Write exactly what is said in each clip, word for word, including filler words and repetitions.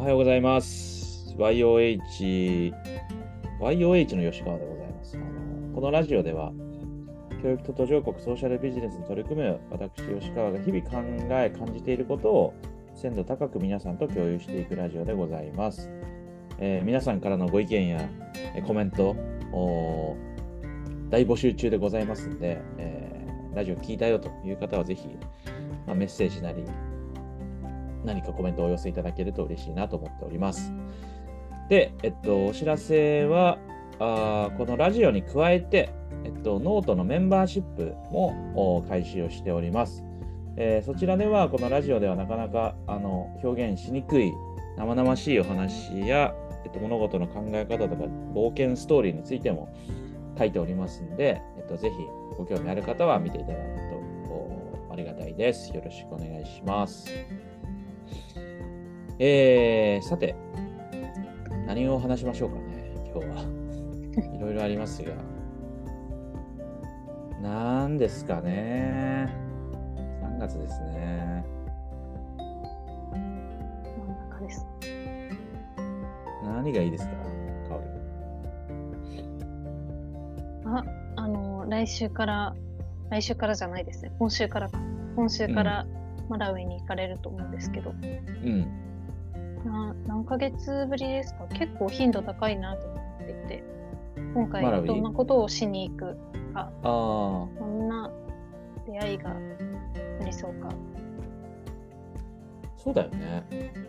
ようございます。ワイオーエイチ、ワイオーエイチ の吉川でございます。あのこのラジオでは、教育と途上国ソーシャルビジネスに取り組む私、吉川が日々考え、感じていることを鮮度高く皆さんと共有していくラジオでございます。えー、皆さんからのご意見やコメント、大募集中でございますので、えー、ラジオ聞いたよという方はぜひ、まあ、メッセージなり、何かコメントをお寄せいただけると嬉しいなと思っております。で、えっと、お知らせは、あこのラジオに加えて、えっと、ノートのメンバーシップも開始をしております。えー、そちらでは、このラジオではなかなかあの表現しにくい生々しいお話や、えっと、物事の考え方とか冒険ストーリーについても書いておりますので、えっと、ぜひご興味ある方は見ていただくとありがたいです。よろしくお願いします。えー、さて、何を話しましょうかね、今日は。いろいろありますが。何ですかね。さんがつですね。 真ん中です。 何がいいですか、香り。あ、あの、来週から、来週からじゃないですね。今週からか。今週からマラウイに行かれると思うんですけど。 うん。 な何ヶ月ぶりですか？結構頻度高いなと思っていて、今回どんなことをしに行くか、 あどんな出会いがありそうか。 そうだよね。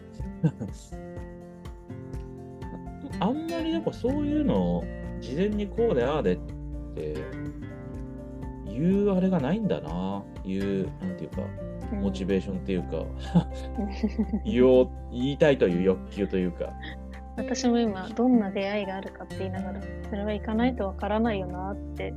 あんまりやっぱそういうのを事前にこうでああでって言うあれがないんだな。言う、なんていうか。モチベーションっていうか言おう言いたいという欲求というか、 私も今どんな出会いがあるかって言いながら、それは行かないとわからないよなって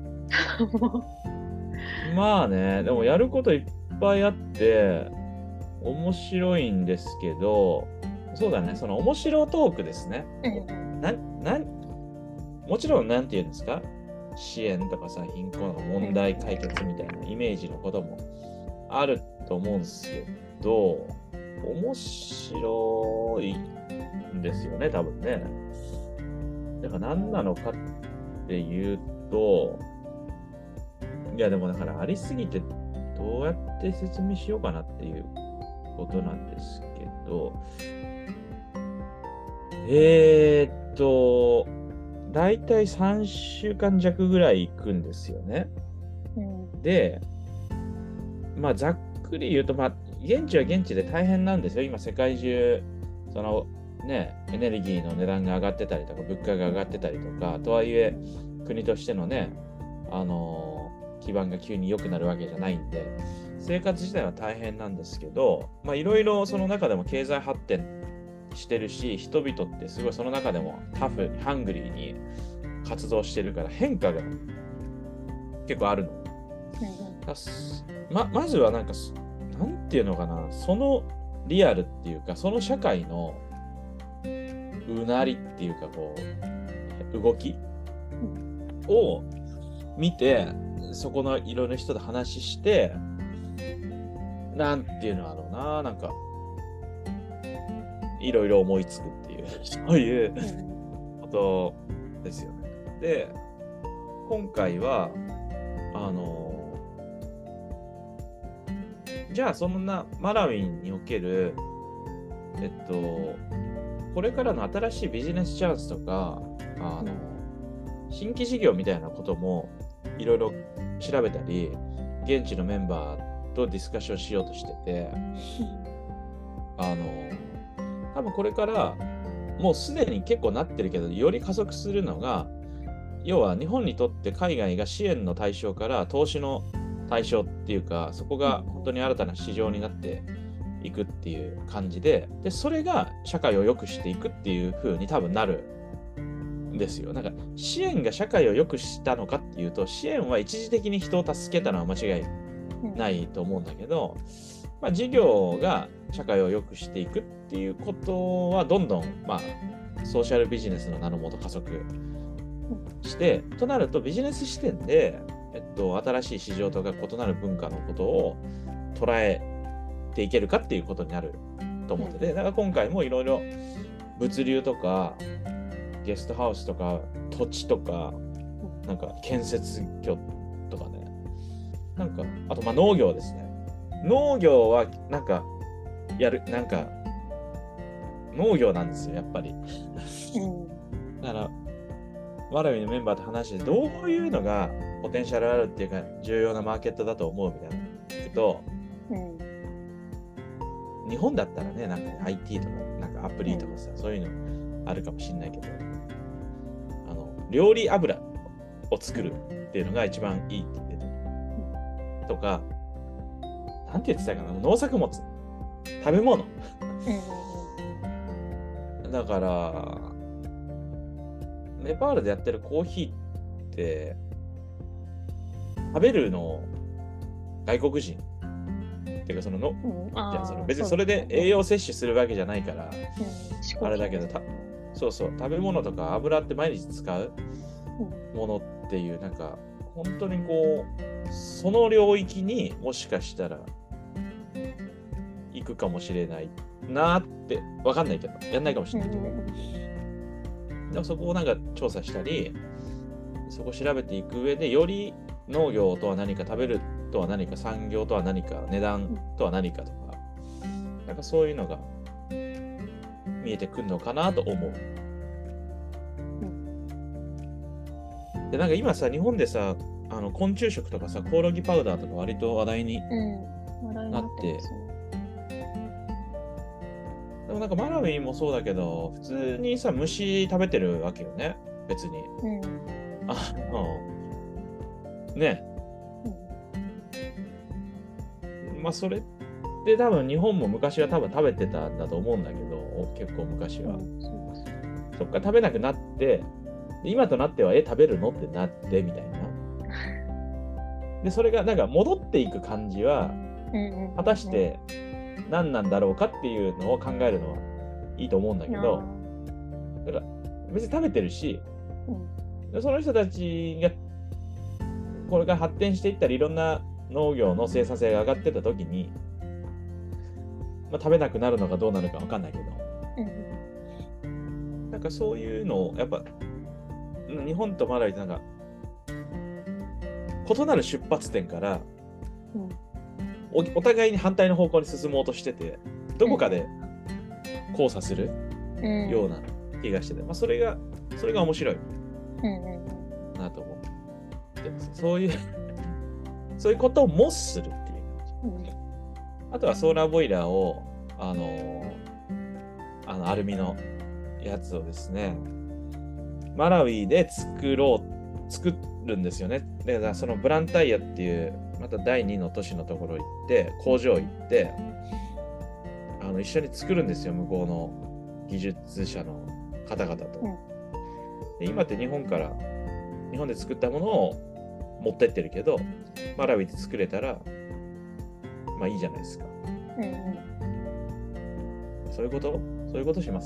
まあね、でもやることいっぱいあって面白いんですけど、そうだね、その面白トークですね、うん、ななもちろんなんて言うんですか、支援とかさ、貧困の問題解決みたいなイメージのこともあると思うんですけど、面白いんですよね、多分ね。だから何なのかっていうと、いやでもだからありすぎてどうやって説明しようかなっていうことなんですけど、えーっと、だいたいさんしゅうかん弱ぐらい行くんですよね。うん、で、まあざっくり言うと、まあ現地は現地で大変なんですよ。今世界中そのねエネルギーの値段が上がってたりとか物価が上がってたりとか、とはいえ国としてのねあの基盤が急に良くなるわけじゃないんで、生活自体は大変なんですけど、まあいろいろその中でも経済発展してるし、人々ってすごいその中でもタフにハングリーに活動してるから変化が結構あるの。ま, まずはなんかなんていうのかな、そのリアルっていうか、その社会のうなりっていうか、こう動きを見て、そこのいろんな人と話して、なんていうのだろうな、なんかいろいろ思いつくっていうそういうことですよね。で、今回はあのじゃあそんなマラウイにおけるえっとこれからの新しいビジネスチャンスとか、あの新規事業みたいなこともいろいろ調べたり、現地のメンバーとディスカッションしようとしてて、あの多分これからもうすでに結構なってるけど、より加速するのが、要は日本にとって海外が支援の対象から投資の対象っていうか、そこが本当に新たな市場になっていくっていう感じで、でそれが社会を良くしていくっていう風に多分なるんですよ。なんか支援が社会を良くしたのかっていうと、支援は一時的に人を助けたのは間違いないと思うんだけど、まあ、事業が社会を良くしていくっていうことはどんどん、まあ、ソーシャルビジネスの名のもと加速して、となるとビジネス視点でえっと、新しい市場とか異なる文化のことを捉えていけるかっていうことになると思ってて、だから今回もいろいろ物流とかゲストハウスとか土地とかなんか建設業とかね、なんかあとまあ農業ですね。農業はなんかやるなんか農業なんですよやっぱり。だからマラウイのメンバーと話してどういうのがポテンシャルあるっていうか重要なマーケットだと思うみたいなの聞くと、うん、日本だったらねなんか アイティー とかなんかアプリとかさ、うん、そういうのあるかもしれないけど、あの料理油を作るっていうのが一番いいって言ってた、うん、とかなんて言ってたかな、農作物、食べ物、うん、だからネパールでやってるコーヒーって食べるの外国人っていうかそのの、うん、じゃあその別にそれで栄養摂取するわけじゃないから、うん、あれだけどたそうそう食べ物とか油って毎日使うものっていうなんか本当にこうその領域にもしかしたら行くかもしれないなって分かんないけどやんないかもしれないけど、うん、でもそこをなんか調査したりそこを調べていく上でより農業とは何か食べるとは何か産業とは何か値段とは何かとか、うん、なんかそういうのが見えてくるのかなと思う、うん、でなんか今さ日本でさあの昆虫食とかさコオロギパウダーとか割と話題になって、うんでもなんかマラウイもそうだけど普通にさ虫食べてるわけよね別に、うん、あうんね、うん、まあそれって多分日本も昔は多分食べてたんだと思うんだけど結構昔は、うん、そっから食べなくなって今となってはえ食べるのってなってみたいなでそれがなんか戻っていく感じは、うんうん、果たして何なんだろうかっていうのを考えるのはいいと思うんだけど、だから別に食べてるし、うん、その人たちがこれが発展していったらいろんな農業の生産性が上がってた時に、まあ、食べなくなるのかどうなるか分かんないけど、うん、なんかそういうのをやっぱ日本とマラウイってなんか異なる出発点から、うんお, お互いに反対の方向に進もうとしててどこかで交差するような気がしてて、まあ、それがそれが面白いなと思ってます。そういうそういうことをもするっていう感じ、うん、あとはソーラーボイラーをあのあのアルミのやつをですねマラウイで作ろう作るんですよね。だからそのブランタイヤっていうまただいにの都市のところ行って工場行ってあの一緒に作るんですよ向こうの技術者の方々と、うん、で今って日本から日本で作ったものを持ってってるけどマラウイで作れたらまあいいじゃないですか、うんうん、そういうことそういうことします。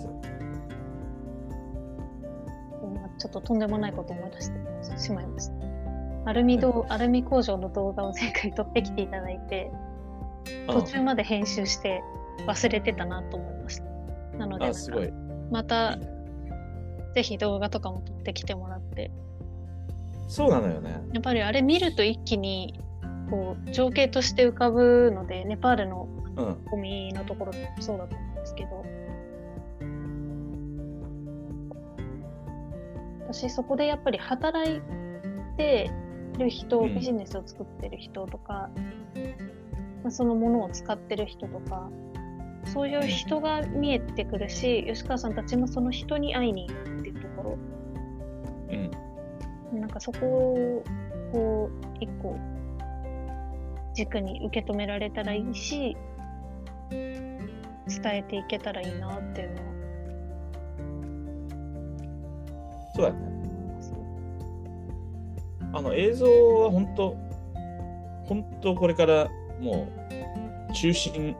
ちょっととんでもないことを思い出してしまいました。アルミどアルミ工場の動画を前回撮ってきていただいて途中まで編集して忘れてたなと思いました。なのでなんかすごいまたぜひ動画とかも撮ってきてもらって。 そうなのよね。 やっぱりあれ見ると一気にこう情景として浮かぶのでネパールのゴミのところもそうだと思うんですけど、うん、私そこでやっぱり働いてる人、ビジネスを作ってる人とか、うん、そのものを使ってる人とかそういう人が見えてくるし吉川さんたちもその人に会いに行くっていうところ、うん、なんかそこをこう一個軸に受け止められたらいいし伝えていけたらいいなっていうのはそうだね。あの映像は本当本当これからもう中心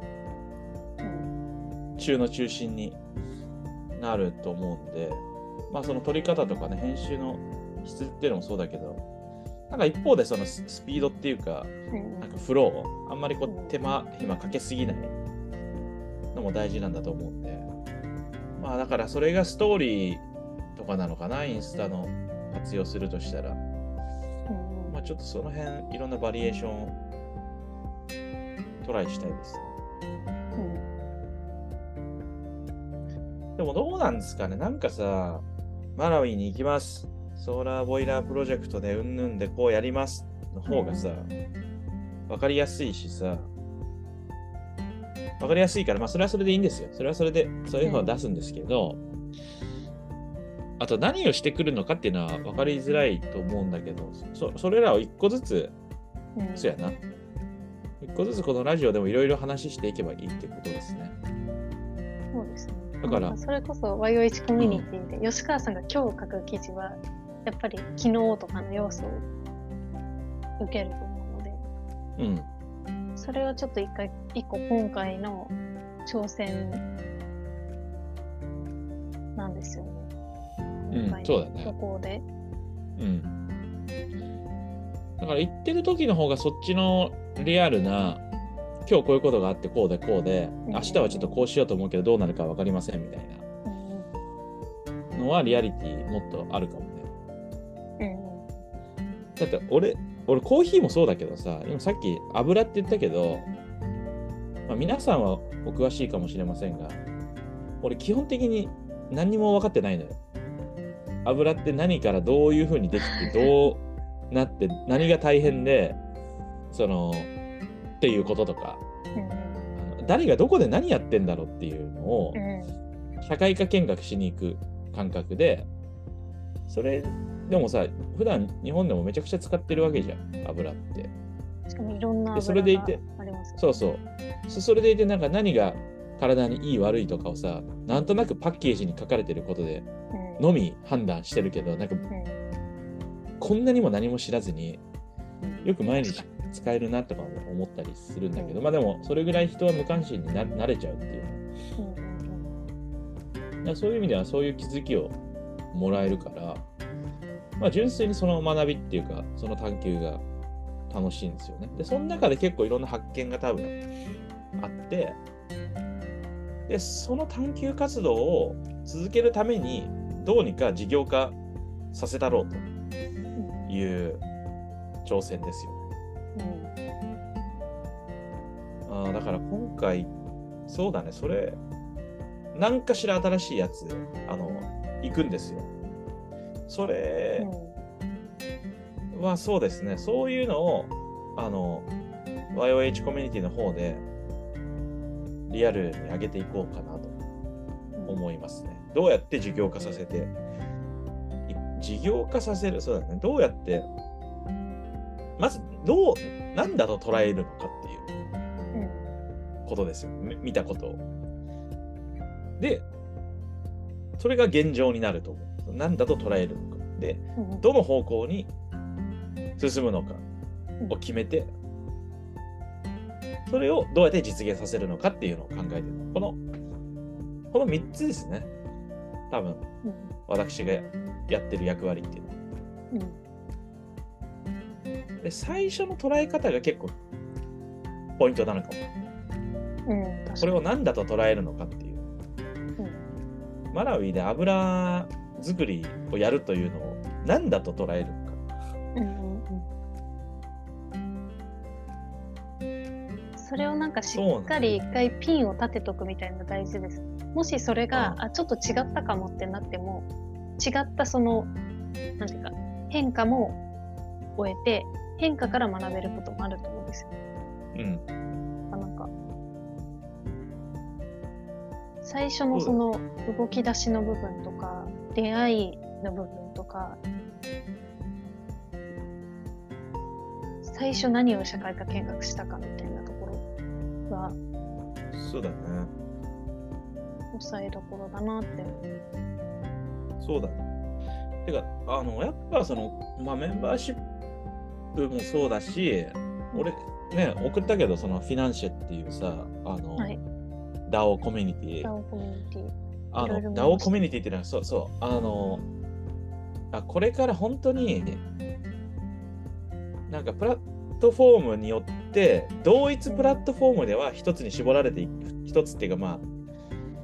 中の中心になると思うんで、まあその撮り方とかね編集の質っていうのもそうだけど、なんか一方でそのスピードっていうか、なんかフローあんまりこう手間暇かけすぎないのも大事なんだと思うんで、 まあだからそれがストーリーとかなのかな、インスタの活用するとしたら。 うんまあちょっとその辺いろんなバリエーションをトライしたいです。 うん、 でもどうなんですかね、なんかさ、マラウイに行きます。ソーラーボイラープロジェクトでうんぬんでこうやりますの方がさ、わ、うん、かりやすいしさ、わかりやすいから、まあそれはそれでいいんですよ。それはそれで、そういうのを出すんですけど、うん、あと何をしてくるのかっていうのは分かりづらいと思うんだけど、そ, それらを一個ずつ、うん、そうやな。一個ずつこのラジオでもいろいろ話していけばいいってことですね。 そうですね。 だから、 それこそ ワイオーエイチ コミュニティで、うん、吉川さんが今日書く記事は、やっぱり昨日とかの要素を受けると思うので、うん。それをちょっと一回、一個今回の挑戦なんですよね。 うん、そうだね。 そこで。 うん。だから言ってる時の方がそっちのリアルな、今日こういうことがあってこうでこうで、うん、明日はちょっとこうしようと思うけどどうなるか分かりませんみたいなのはリアリティもっとあるかもね。うん、だって俺、俺コーヒーもそうだけどさ、今さっき油って言ったけど、まあ、皆さんはお詳しいかもしれませんが、俺基本的に何にも分かってないのよ。油って何からどういう風にできてどうなって何が大変でそのっていうこととか、うん、あの誰がどこで何やってんだろうっていうのを社会科見学しに行く感覚で、それでもさ、普段日本でもめちゃくちゃ使ってるわけじゃん、油って。 しかもいろんな油がそれでいてあります、ね、 そうそうそ、それでいてなんか何が体にいい悪いとかをさ、なんとなくパッケージに書かれてることでのみ判断してるけど、なんか、うん、こんなにも何も知らずによく毎日使えるなとか思ったりするんだけど、うん、まあでもそれぐらい人は無関心にな慣れちゃうっていう、うん、そういう意味ではそういう気づきをもらえるから、まあ、純粋にその学びっていうかその探求が楽しいんですよね。でその中で結構いろんな発見が多分あって、でその探求活動を続けるためにどうにか事業化させたろうという挑戦ですよね。うん、あだから今回そうだね、それ何かしら新しいやつあの行くんですよ。それはそうですね、そういうのをあの ワイオーエイチ コミュニティの方でリアルに上げていこうかなと思いますね。どうやって事業化させて、事業化させる、そうだね、どうやって、まずどう、なんだと捉えるのかっていうことですよ、見たことを。で、それが現状になると思う。なんだと捉えるのか。で、どの方向に進むのかを決めて、それをどうやって実現させるのかっていうのを考えてる。この、このみっつですね。多分、うん、私がやってる役割っていうのは、うん。で、最初の捉え方が結構ポイントなのかも。うん、これを何だと捉えるのかっていう。うん、マラウイで油作りをやるというのを何だと捉えるのか。 それをなんかしっかり一回ピンを立てとくみたいなの大事です。もしそれが、うん、あちょっと違ったかもってなっても、違ったそのなんていうか変化も終えて変化から学べることもあると思うんですよ。うん。なんか最初のその動き出しの部分とか出会いの部分とか、最初何を社会科見学したかみたいなところはそうだね、 押さえどころだなって。 そうだね。てかあのやっぱその、まあ、メンバーシップもそうだし、うん、俺ね送ったけどそのフィナンシェっていうさあの、はい、ダオ コミュニティダオ コミュニティあの ダオ コミュニティっていうのはそうそうあのあこれから本当になんかプラットフォームによって同一プラットフォームでは一つに絞られていく、一つっていうかまあ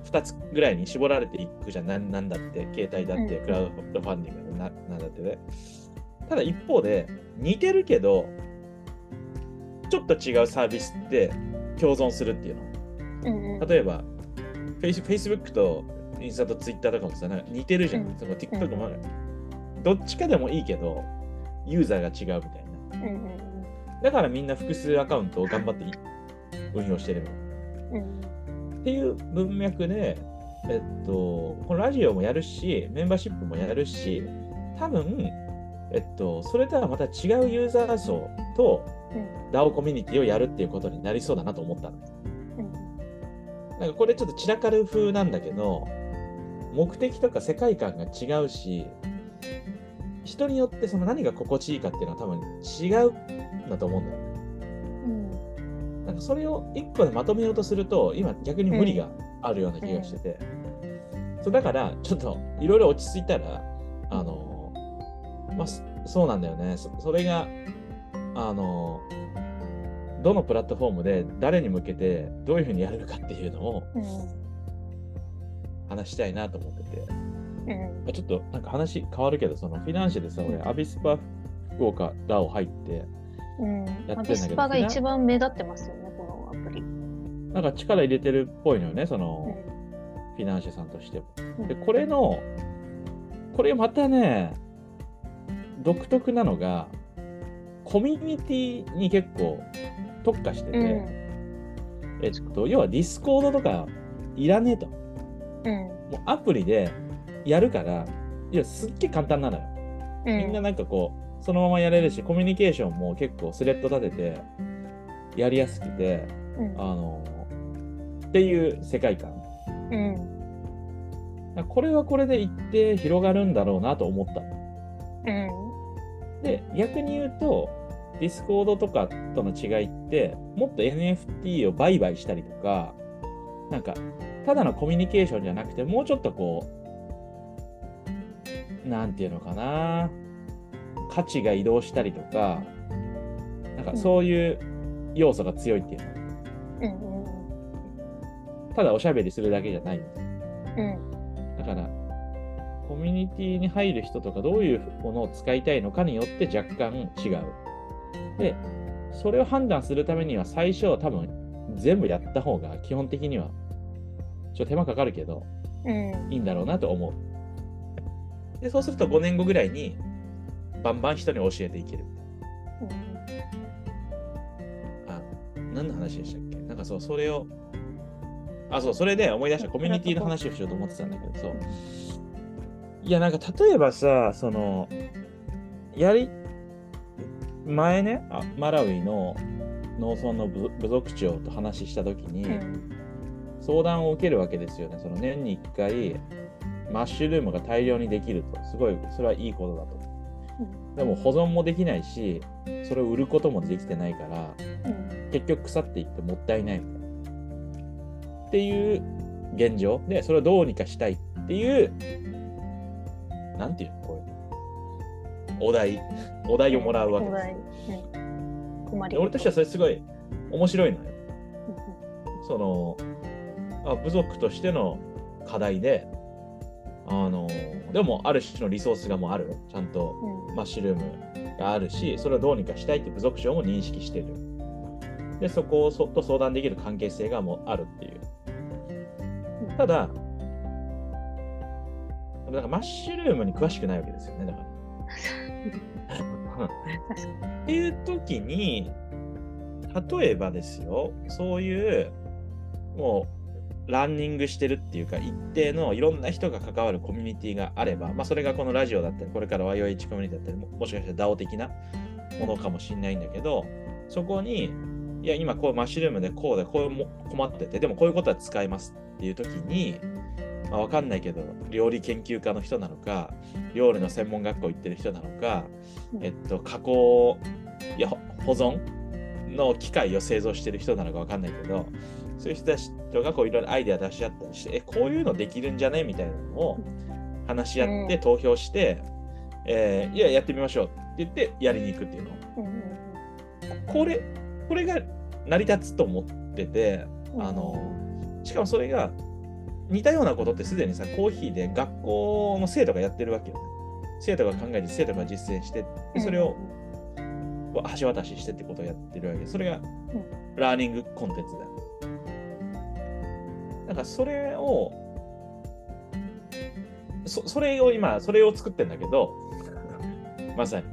ふたつぐらいに絞られていくじゃん。な、なんだって、携帯だって、 うんクラウドファンディングな、なんだってね。ただ一方で、似てるけど、ちょっと違うサービスって共存するっていうの。 うんうん、 例えば、フェイス、Facebook とインスタと Twitter とかもさ、なんか似てるじゃん。 うんその TikTok もある。どっちかでもいいけど、ユーザーが違うみたいな。 うんうんだからみんな複数アカウントを頑張って運用してるの。 うんっていう文脈で、えっと、このラジオもやるし、メンバーシップもやるし、多分、えっと、それとはまた違うユーザー層とうんダオ コミュニティをやるっていうことになりそうだなと思ったの。 うんなんかこれちょっと散らかる風なんだけど、目的とか世界観が違うし、人によってその何が心地いいかっていうのは多分違うんだと思うんだよね。 うんなんかそれを一個でまとめようとすると、今逆に無理があるような気がしてて。そうだから、ちょっといろいろ落ち着いたら、あの、まあ、そそうなんだよね。そ、それが、あの、どのプラットフォームで誰に向けてどういうふうにやるかっていうのをうん話したいなと思ってて。 うんちょっとなんか話変わるけど、そのフィナンシェでさ、俺、アビスパ福岡ダオ入って、 うんやってんだけどアビスパが一番目立ってますよね、このアプリ。 なんか力入れてるっぽいのよね、その、フィナンシェさんとしても。 うんで、これの、これまたね、独特なのが、コミュニティに結構特化してて、 うんえっと、要はディスコードとかいらねえと。 うんもうアプリでやるから、いや、すっげえ簡単なのよ。 うんみんななんかこう、そのままやれるし、コミュニケーションも結構スレッド立てて、やりやすくて、 うんあの、っていう世界観。 うんこれはこれで一定広がるんだろうなと思った。 うんで、逆に言うと、ディスコードとかとの違いって、もっと エヌエフティー を売買したりとか、なんか、ただのコミュニケーションじゃなくて、もうちょっとこう、なんていうのかな、価値が移動したりとか、なんかそういう要素が強いっていうの。 うんただおしゃべりするだけじゃない。 うんだから、コミュニティに入る人とかどういうものを使いたいのかによって若干違う。で、それを判断するためには最初は多分全部やった方が基本的にはちょっと手間かかるけどうんいいんだろうなと思う。で、そうするとごねんごぐらいにバンバン人に教えていける。あ、何の話でしたっけ？なんかそう、それを、あ、そう、それで思い出したコミュニティの話をしようと思ってたんだけど、そう。いや、なんか例えばさ、その、やり、前ね、あマラウイの農村の部部族長と話したときに、 うん相談を受けるわけですよね。その年にいっかい、マッシュルームが大量にできると。すごい、それはいいことだと。でも保存もできないし、それを売ることもできてないから、 うん結局腐っていってもったいないみたいな。っていう現状で、それをどうにかしたいっていう、なんていうのこういうお題、お題をもらうわけですよ。 うん困りで俺としてはそれすごい面白いのよ。 うそのあ部族としての課題で、あのでもある種のリソースがもうある。ちゃんとんマッシュルームがあるし、それをどうにかしたいって部族長も認識してる。で、そこをそっと相談できる関係性がもうあるっていう。ただ、だからマッシュルームに詳しくないわけですよね、だから。っていう時に、例えばですよ、そういう、もう、ランニングしてるっていうか、一定のいろんな人が関わるコミュニティがあれば、まあ、それがこのラジオだったり、これから ワイオーエイチ コミュニティだったり、ももしかしたら ダオ 的なものかもしれないんだけど、そこに、いや、今こうマッシュルームでこうで、こういうも困ってて、でもこういうことは使えますっていう時に、まあ、わかんないけど、料理研究家の人なのか、料理の専門学校行ってる人なのか、えっと、加工や保存の機械を製造してる人なのかわかんないけど、そういう人たちとがこういろいろアイデア出し合ったりして、え、こういうのできるんじゃねみたいなのを話し合って投票して、えーいや、やってみましょうって言ってやりに行くっていうの。これ、これが成り立つと思ってて、あの、しかもそれが、 似たようなことってすでにさ、コーヒーで学校の生徒がやってるわけよね。生徒が考えて、生徒が実践して、でそれを橋渡ししてってことをやってるわけ。それがラーニングコンテンツだよ。だからそれを、そ, それを今、それを作ってんだけど、まさに。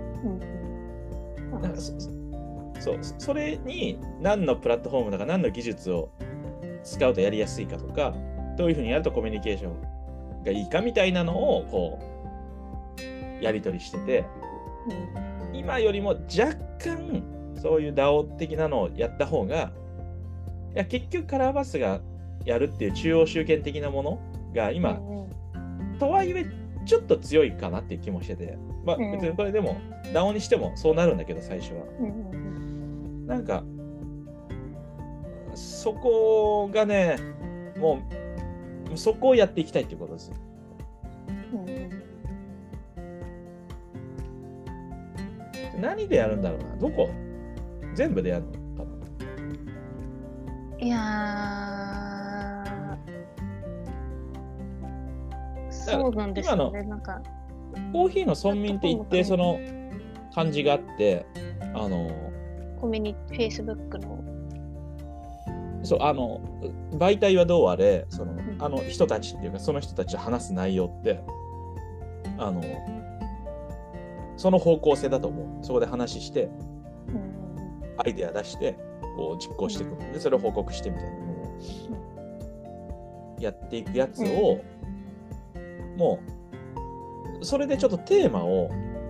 なんかそそう、それに何のプラットフォームだか何の技術を使うとやりやすいかとか、どういうふうにやるとコミュニケーションがいいかみたいなのをこうやり取りしてて、うん、今よりも若干そういう ダオ 的なのをやった方が、いや結局カラーバスがやるっていう中央集権的なものが今、うん、とはいえちょっと強いかなっていう気もしてて、まあ別にこれでも ダオ にしてもそうなるんだけど最初は、うん、なんかそこがね、もうそこをやっていきたいっていうことですよ。うん、何でやるんだろうな、どこ全部でやるのかな。 いやー、そうなんですよね。なんかコーヒーの村民って一定その感じがあって、あのコミュニティ、Facebook のそう、あの媒体はどうあれ、その、うん、あの人たちっていうかその人たちと話す内容ってあのその方向性だと思う。そこで話して、うん、アイデア出してこう実行していく、でそれを報告してみたいなのをやっていくやつを、うん、もうそれでちょっとテーマを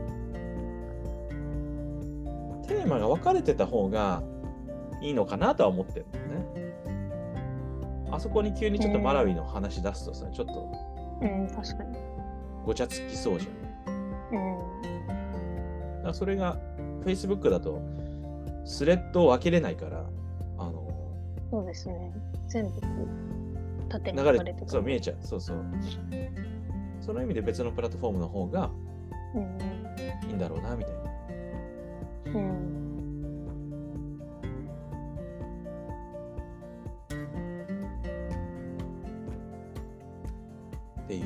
テーマが分かれてた方がいいのかなとは思ってるんだよね。あそこに急にちょっとマラウイの話出すとさ、ちょっと、 うん、確かにごちゃつきそうじゃん。うん、だからそれが Facebook だとスレッドを分けれないから、あのそうですね、全部縦に流れてそう見えちゃう。そうそう。その意味で別のプラットフォームの方がいいんだろうなみたいな。うん。っていう。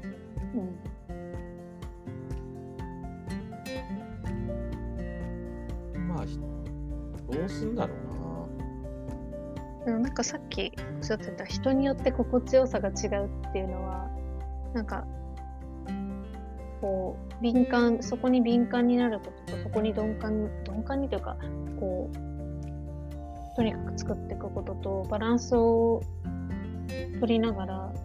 うん。まあどうすんだろうな。でもなんかさっきおっしゃってた人によって心地よさが違うっていうのはなんかこう敏感、そこに敏感になることとそこに鈍感鈍感にというかこうとにかく作っていくこととバランスを取りながら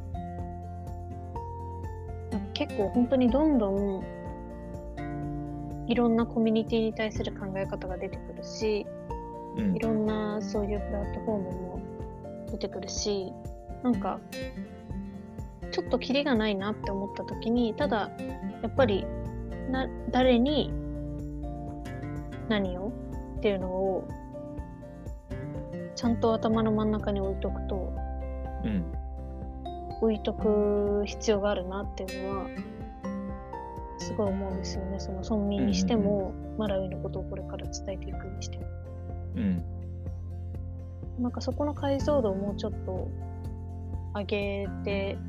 結構本当にどんどんいろんなコミュニティに対する考え方が出てくるし、うん、いろんなそういうプラットフォームも出てくるし、なんかちょっとキリがないなって思った時にただやっぱりな誰に何をっていうのをちゃんと頭の真ん中に置いとくと、うん、置いとく必要があるなっていうのはすごい思うんですよね。その村民にしても、うんうんうん、マラウイのことをこれから伝えていくにしても、うん、なんかそこの解像度をもうちょっと上げて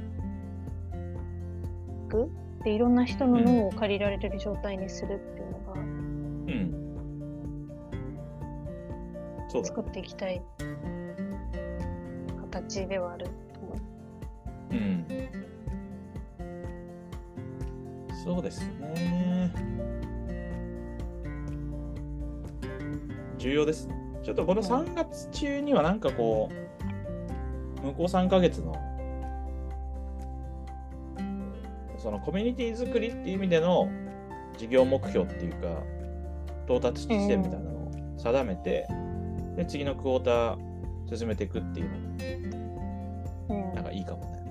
いくでいろんな人の脳を借りられる状態にするっていうのが、うん、そうだ作っていきたい形ではあると思う。うん、 そうですね。重要です。ちょっとこのさんがつ中にはなんかこう、向こうさんかげつのそのコミュニティ作りっていう意味での事業目標っていうか到達地点みたいなのを定めて、うん、で次のクォーター進めていくっていうの、うん、なんかいいかもね。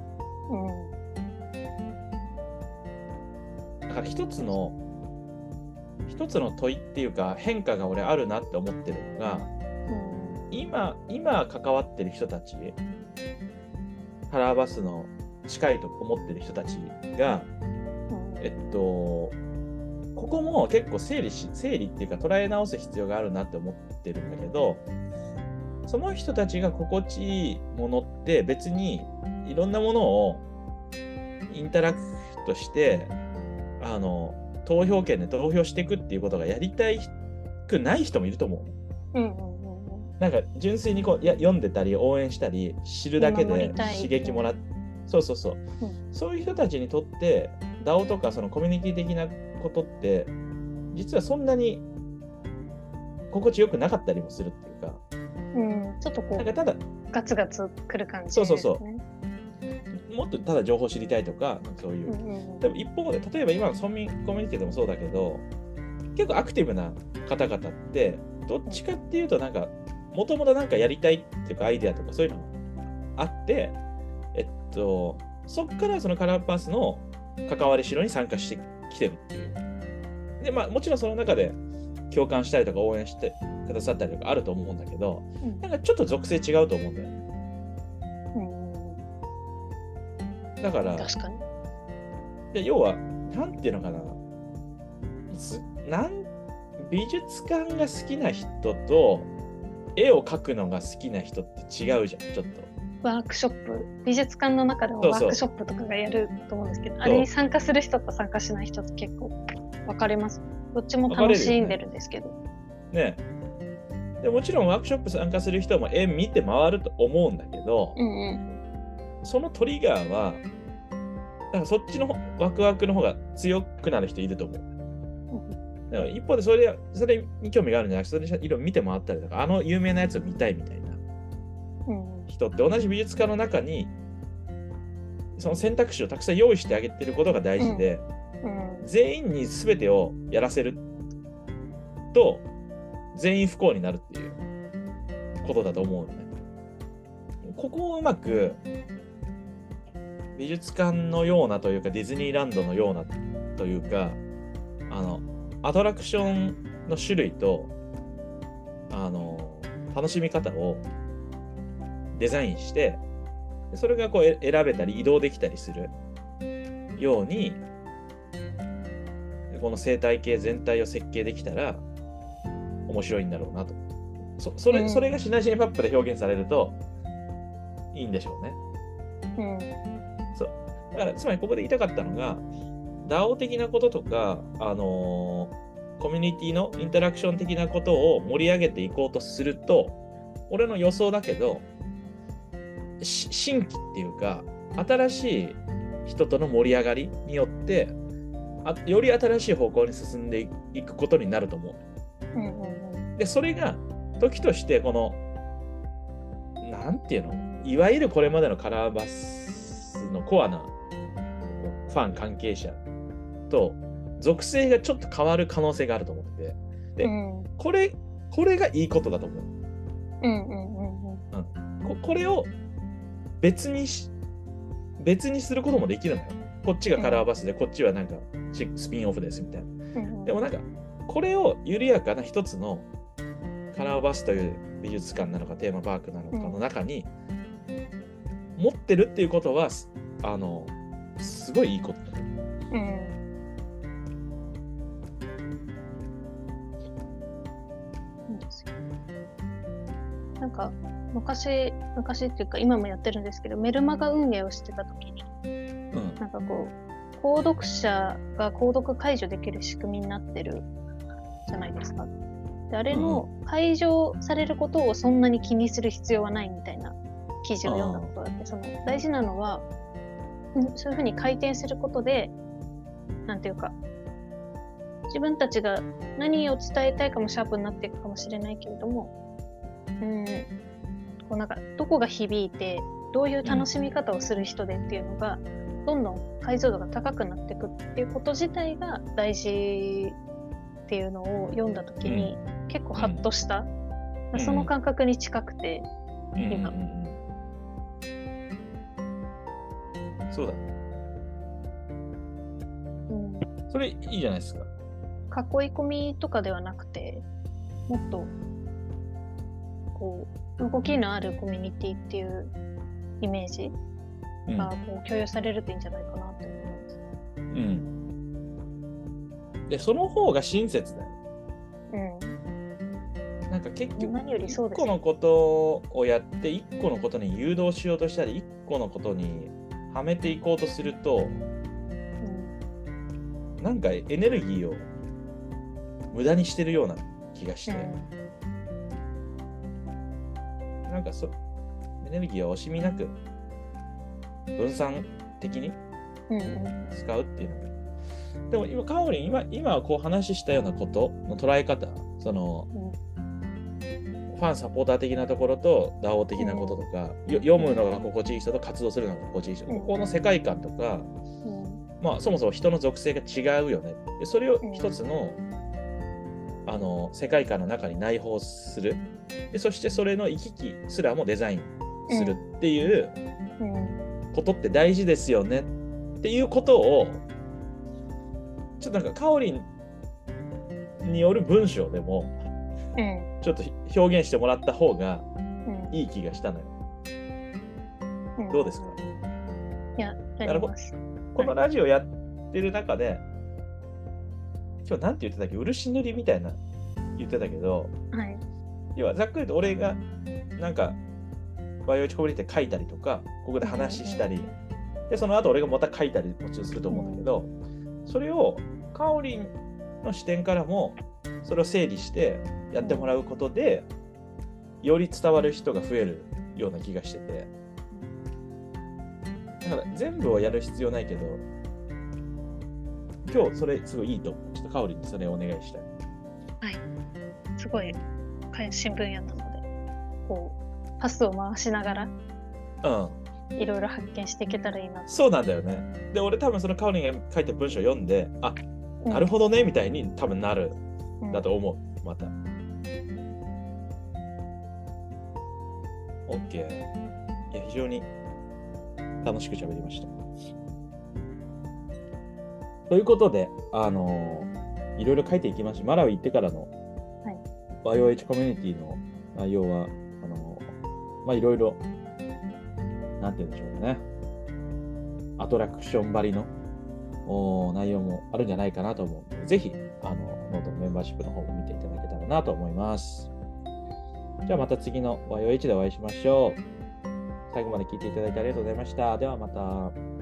うん、だから一つの一つの問いっていうか変化が俺あるなって思ってるのが、うん、今今関わってる人たち、カラーバスの近いと思ってる人たちが、うん、えっとここも結構整理し整理っていうか捉え直す必要があるなって思ってるんだけど、 その人たちが心地いいものって別にいろんなものをインタラクトしてあの投票権で投票していくっていうことがやりたいくない人もいると思う。 うんうんうんうん。 なんか純粋にこうや読んでたり応援したり知るだけで刺激もらって、そうそうそう、うん、そういう人たちにとって ダオ とかそのコミュニティ的なことって実はそんなに心地よくなかったりもするっていうか、 うん、ちょっとこうなんかただガツガツくる感じですね。そうそうそう。もっとただ情報知りたいとかそういう、うんうん、でも一方で例えば今の村民コミュニティでもそうだけど結構アクティブな方々ってどっちかっていうとなんかもともとなんかやりたいっていうかアイデアとかそういうのあってえっとそっからそのカラーパスの関わりしろに参加してきてるっていうでまあもちろんその中で共感したりとか応援してくださったりとかあると思うんだけど、うん、なんかちょっと属性違うと思うんだよね。うん、だから確かにで要はなんていうのかななん美術館が好きな人と絵を描くのが好きな人って違うじゃんちょっと。 ワークショップ美術館の中でもワークショップとかがやると思うんですけど、そうそうあれに参加する人と参加しない人って結構分かれます。どっちも楽しんでるんですけど。 ねえ。でもちろんワークショップ参加する人も絵見て回ると思うんだけど、うんうん、そのトリガーはなんかそっちのワクワクの方が強くなる人いると思う。うん、だから一方でそれそれに興味があるんじゃなくてそれで色見て回ったりとかあの有名なやつを見たいみたいな人って同じ美術館の中にその選択肢をたくさん用意してあげてることが大事で、うんうん、全員に全てをやらせると全員不幸になるっていうことだと思うのね。ここをうまく美術館のようなというかディズニーランドのようなというかあのアトラクションの種類とあの楽しみ方をデザインしてそれがこう選べたり移動できたりするようにこの生態系全体を設計できたら面白いんだろうなと。そ, そ, れそれがシナジーマップで表現されるといいんでしょうね。うん、そうだからつまりここで言いたかったのが ダオ 的なこととか、あのー、コミュニティのインタラクション的なことを盛り上げていこうとすると俺の予想だけど新規っていうか新しい人との盛り上がりによってあより新しい方向に進んでいくことになると思う。うんうんうん、でそれが時としてこのなんていうのいわゆるこれまでのカラーバスのコアなファン関係者と属性がちょっと変わる可能性があると思っててで、うん、これこれがいいことだと思う。うんうんうんうん、こ, これを別にし別にすることもできるのよ。こっちがカラーバスで、うん、こっちはなんかスピンオフですみたいな、うん、でもなんかこれを緩やかな一つのカラーバスという美術館なのかテーマパークなのかの中に持ってるっていうことはあのすごいいいことだよ、うん、 いいですよ。なんか昔昔っていうか今もやってるんですけどメルマガ運営をしてた時に、うん、なんかこう購読者が購読解除できる仕組みになってるじゃないですか。であれの解除されることをそんなに気にする必要はないみたいな記事を読んだことがあって、その大事なのはそういうふうに回転することでなんていうか自分たちが何を伝えたいかもシャープになっていくかもしれないけれども、うんこうなんかどこが響いてどういう楽しみ方をする人でっていうのがどんどん解像度が高くなっていくっていうこと自体が大事っていうのを読んだ時に、うん、結構ハッとした、うん、その感覚に近くて、うん、今、うん、 そうだ、うん、それいいじゃないですか。 囲い込みとかではなくてもっとこう動きのあるコミュニティっていうイメージがこう共有されるといいんじゃないかなと思います。うん。 でその方が親切だよ。 なんか結局何よりそう 1 です個のことをやっていっこのことに誘導しようとしたりいっこのことにはめていこうとすると、 うん、 なんかエネルギーを無駄にしてるような気がして、うん、なんかそエネルギーを惜しみなく分散的に使うっていうのは、うん、でも今カオリン今今こう話したようなことの捉え方、その、うん、ファンサポーター的なところと ダオ 的なこととか、うん、読むのが心地いい人と活動するのが心地いい人、うん、ここの世界観とか、うん、まあそもそも人の属性が違うよね。でそれを一つの、うん、あの世界観の中に内包する。でそしてそれの行き来すらもデザインするっていうことって大事ですよねっていうことをちょっとなんかカオリンによる文章でも、うん、ちょっと表現してもらった方がいい気がしたのよ、うん、どうですか？ いや、やります。 このラジオやってる中で、今日なんて言ってたっけ、漆塗りみたいな言ってたけど、はい、要はざっくりと俺がなんかバイオエイチコミュニティで書いたりとか、ここで話したり、うん、でその後俺がまた書いたりもちろんすると思うんだけど、うん、それをカオリンの視点からもそれを整理してやってもらうことで、うん、より伝わる人が増えるような気がしてて、だから全部をやる必要ないけど、今日それすごいいいと思う。ちょっとカオリンにそれをお願いしたい。 はい、すごい新分野なので、こうパスを回しながら、うん、いろいろ発見していけたらいいなと。 そうなんだよね。で、俺多分そのカオリンが書いた文章を読んで、あ、うん、なるほどねみたいに多分なる、うん、だと思う。また。OK。いや、非常に楽しく喋りました。ということで、あのー、いろいろ書いていきました。マラウイ行ってからの、はい、バイオエイチコミュニティの内容は、あのー、まあいろいろ、なんて言うんでしょうね。アトラクションばりの内容もあるんじゃないかなと思うので、ぜひ、あの、ノートのメンバーシップの方も見ていただけたらなと思います。じゃあまた次の ワイオーエイチ でお会いしましょう。最後まで聞いていただいてありがとうございました。ではまた。